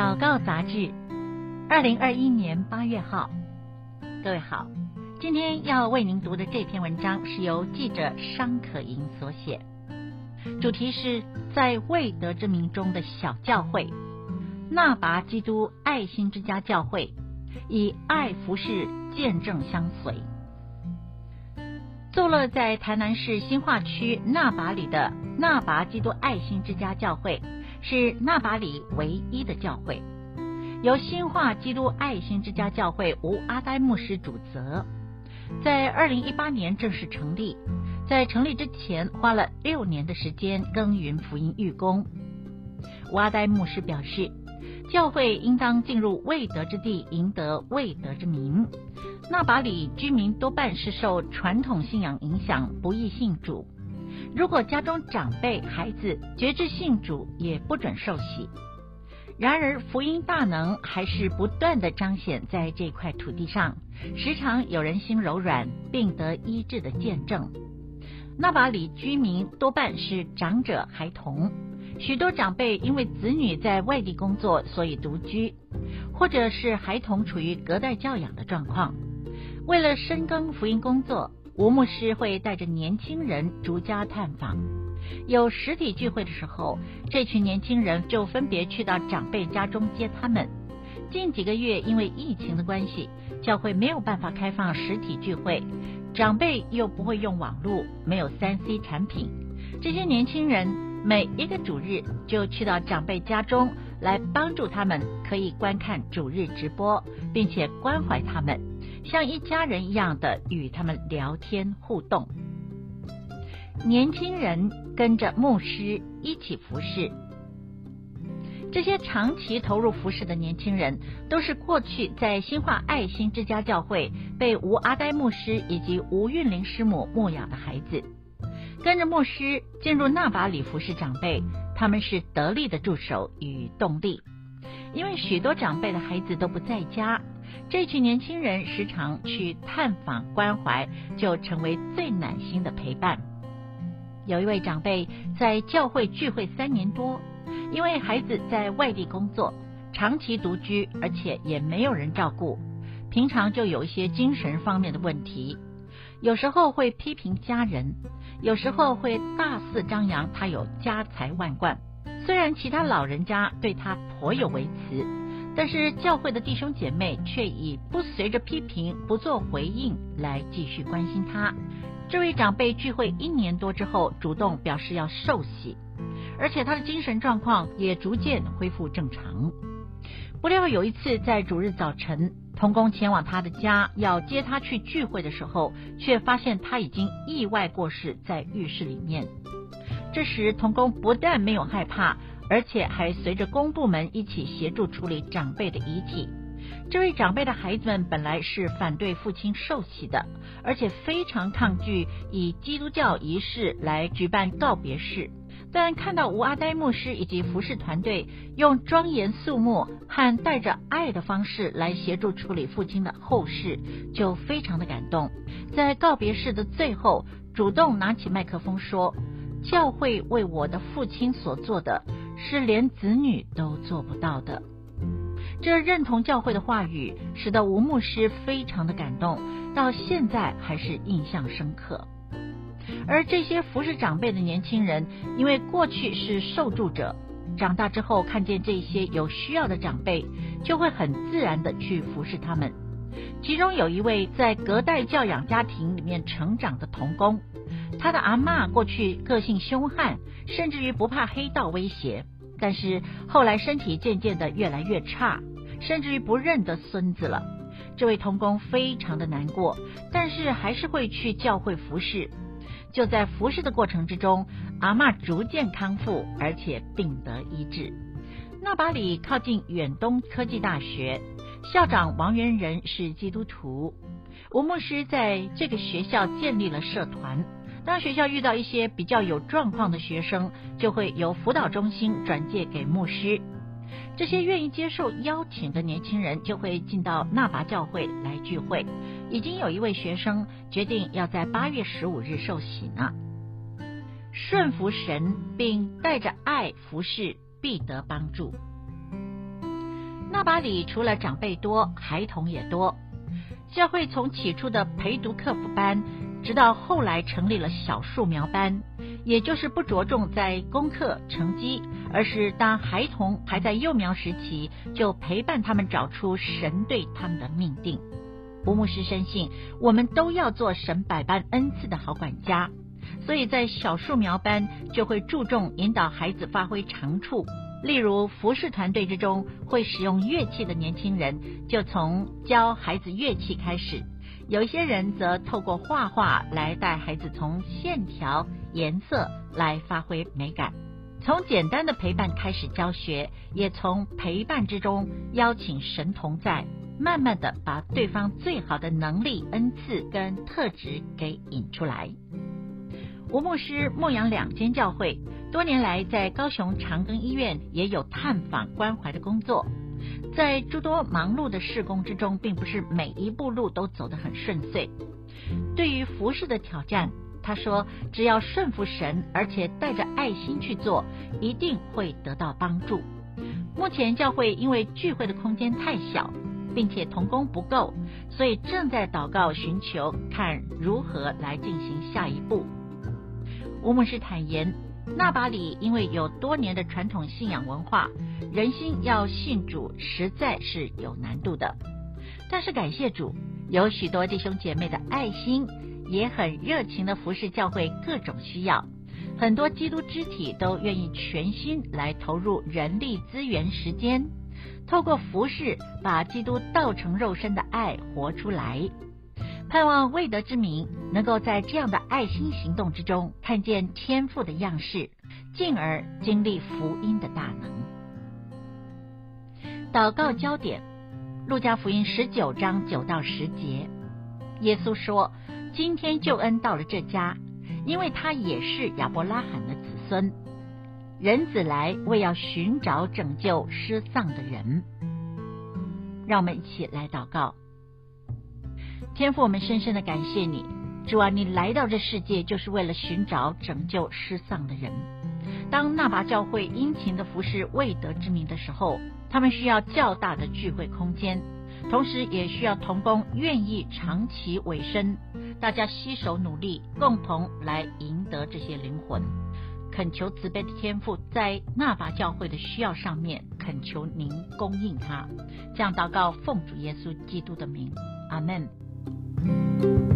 祷告杂志2021年8月号。各位好，今天要为您读的这篇文章是由记者商可盈所写，主题是在未得之名中的小教会，那拔基督爱心之家教会，以爱服侍见证相随。坐落在台南市新化区那拔里的那拔基督爱心之家教会，是那拔里唯一的教会，由新化基督爱心之家教会吴阿呆牧师主责，在2018年正式成立。在成立之前花了6年的时间耕耘福音育工。吴阿呆牧师表示，教会应当进入未得之地，赢得未得之民。那拔里居民多半是受传统信仰影响，不易信主。如果家中长辈孩子决志信主，也不准受洗。然而福音大能还是不断地彰显在这块土地上，时常有人心柔软并得医治的见证。那拔里居民多半是长者孩童，许多长辈因为子女在外地工作，所以独居，或者是孩童处于隔代教养的状况。为了深耕福音工作，吴牧师会带着年轻人逐家探访。有实体聚会的时候，这群年轻人就分别去到长辈家中接他们。近几个月因为疫情的关系，教会没有办法开放实体聚会，长辈又不会用网络，没有 3C 产品，这些年轻人每一个主日就去到长辈家中来帮助他们，可以观看主日直播，并且关怀他们，像一家人一样的与他们聊天互动。年轻人跟着牧师一起服侍。这些长期投入服侍的年轻人，都是过去在新化爱心之家教会被吴阿呆牧师以及吴韵玲师母牧养的孩子。跟着牧师进入那拔里服侍长辈，他们是得力的助手与动力。因为许多长辈的孩子都不在家，这群年轻人时常去探访关怀，就成为最暖心的陪伴。有一位长辈在教会聚会3年多，因为孩子在外地工作，长期独居，而且也没有人照顾，平常就有一些精神方面的问题，有时候会批评家人，有时候会大肆张扬他有家财万贯。虽然其他老人家对他颇有微词，但是教会的弟兄姐妹却以不随着批评，不做回应来继续关心他。这位长辈聚会1年多之后，主动表示要受洗，而且他的精神状况也逐渐恢复正常。不料有一次在主日早晨，同工前往他的家要接他去聚会的时候，却发现他已经意外过世在浴室里面。这时同工不但没有害怕，而且还随着公部门一起协助处理长辈的遗体。这位长辈的孩子们本来是反对父亲受洗的，而且非常抗拒以基督教仪式来举办告别式，但看到吴阿呆牧师以及服侍团队用庄严肃穆和带着爱的方式来协助处理父亲的后事，就非常的感动。在告别式的最后，主动拿起麦克风说，教会为我的父亲所做的是连子女都做不到的。这认同教会的话语，使得吴牧师非常的感动，到现在还是印象深刻。而这些服侍长辈的年轻人，因为过去是受助者，长大之后看见这些有需要的长辈，就会很自然的去服侍他们。其中有一位在隔代教养家庭里面成长的童工，他的阿嬷过去个性凶悍，甚至于不怕黑道威胁，但是后来身体渐渐的越来越差，甚至于不认得孙子了。这位童工非常的难过，但是还是会去教会服侍。就在服侍的过程之中，阿嬷逐渐康复，而且病得医治。那拔里靠近远东科技大学，校长王元仁是基督徒。吴牧师在这个学校建立了社团，当学校遇到一些比较有状况的学生，就会由辅导中心转介给牧师。这些愿意接受邀请的年轻人就会进到那拔教会来聚会。已经有一位学生决定要在8月15日受洗呢。顺服神并带着爱服侍，必得帮助。 那巴里除了长辈多，孩童也多。教会从起初的陪读课辅班，直到后来成立了小树苗班，也就是不着重在功课成绩，而是当孩童还在幼苗时期，就陪伴他们找出神对他们的命定。吴牧师深信，我们都要做神百般恩赐的好管家，所以在小树苗班就会注重引导孩子发挥长处。例如服侍团队之中会使用乐器的年轻人，就从教孩子乐器开始，有一些人则透过画画来带孩子从线条、颜色来发挥美感。从简单的陪伴开始教学，也从陪伴之中邀请神同在，慢慢的把对方最好的能力、恩赐跟特质给引出来。吴牧师牧养2间教会，多年来在高雄长庚医院也有探访关怀的工作。在诸多忙碌的事工之中，并不是每一步路都走得很顺遂。对于服事的挑战，他说只要顺服神，而且带着爱心去做，一定会得到帮助。目前教会因为聚会的空间太小，并且同工不够，所以正在祷告寻求，看如何来进行下一步。吴牧师坦言，那巴里因为有多年的传统信仰文化，人心要信主实在是有难度的。但是感谢主，有许多弟兄姐妹的爱心，也很热情的服侍教会各种需要，很多基督肢体都愿意全心来投入人力资源时间，透过服侍把基督道成肉身的爱活出来。盼望未得之民能够在这样的爱心行动之中看见天父的样式，进而经历福音的大能。祷告焦点，路加福音19章9到10节，耶稣说，今天救恩到了这家，因为他也是亚伯拉罕的子孙。人子来为要寻找拯救失丧的人。让我们一起来祷告。天父，我们深深的感谢你，主啊，你来到这世界就是为了寻找拯救失丧的人。当那拔教会殷勤的服侍未得之民的时候，他们需要较大的聚会空间，同时也需要同工愿意长期委身，大家携手努力，共同来赢得这些灵魂。恳求慈悲的天父在那拔教会的需要上面，恳求您供应他。这样祷告，奉主耶稣基督的名，阿们。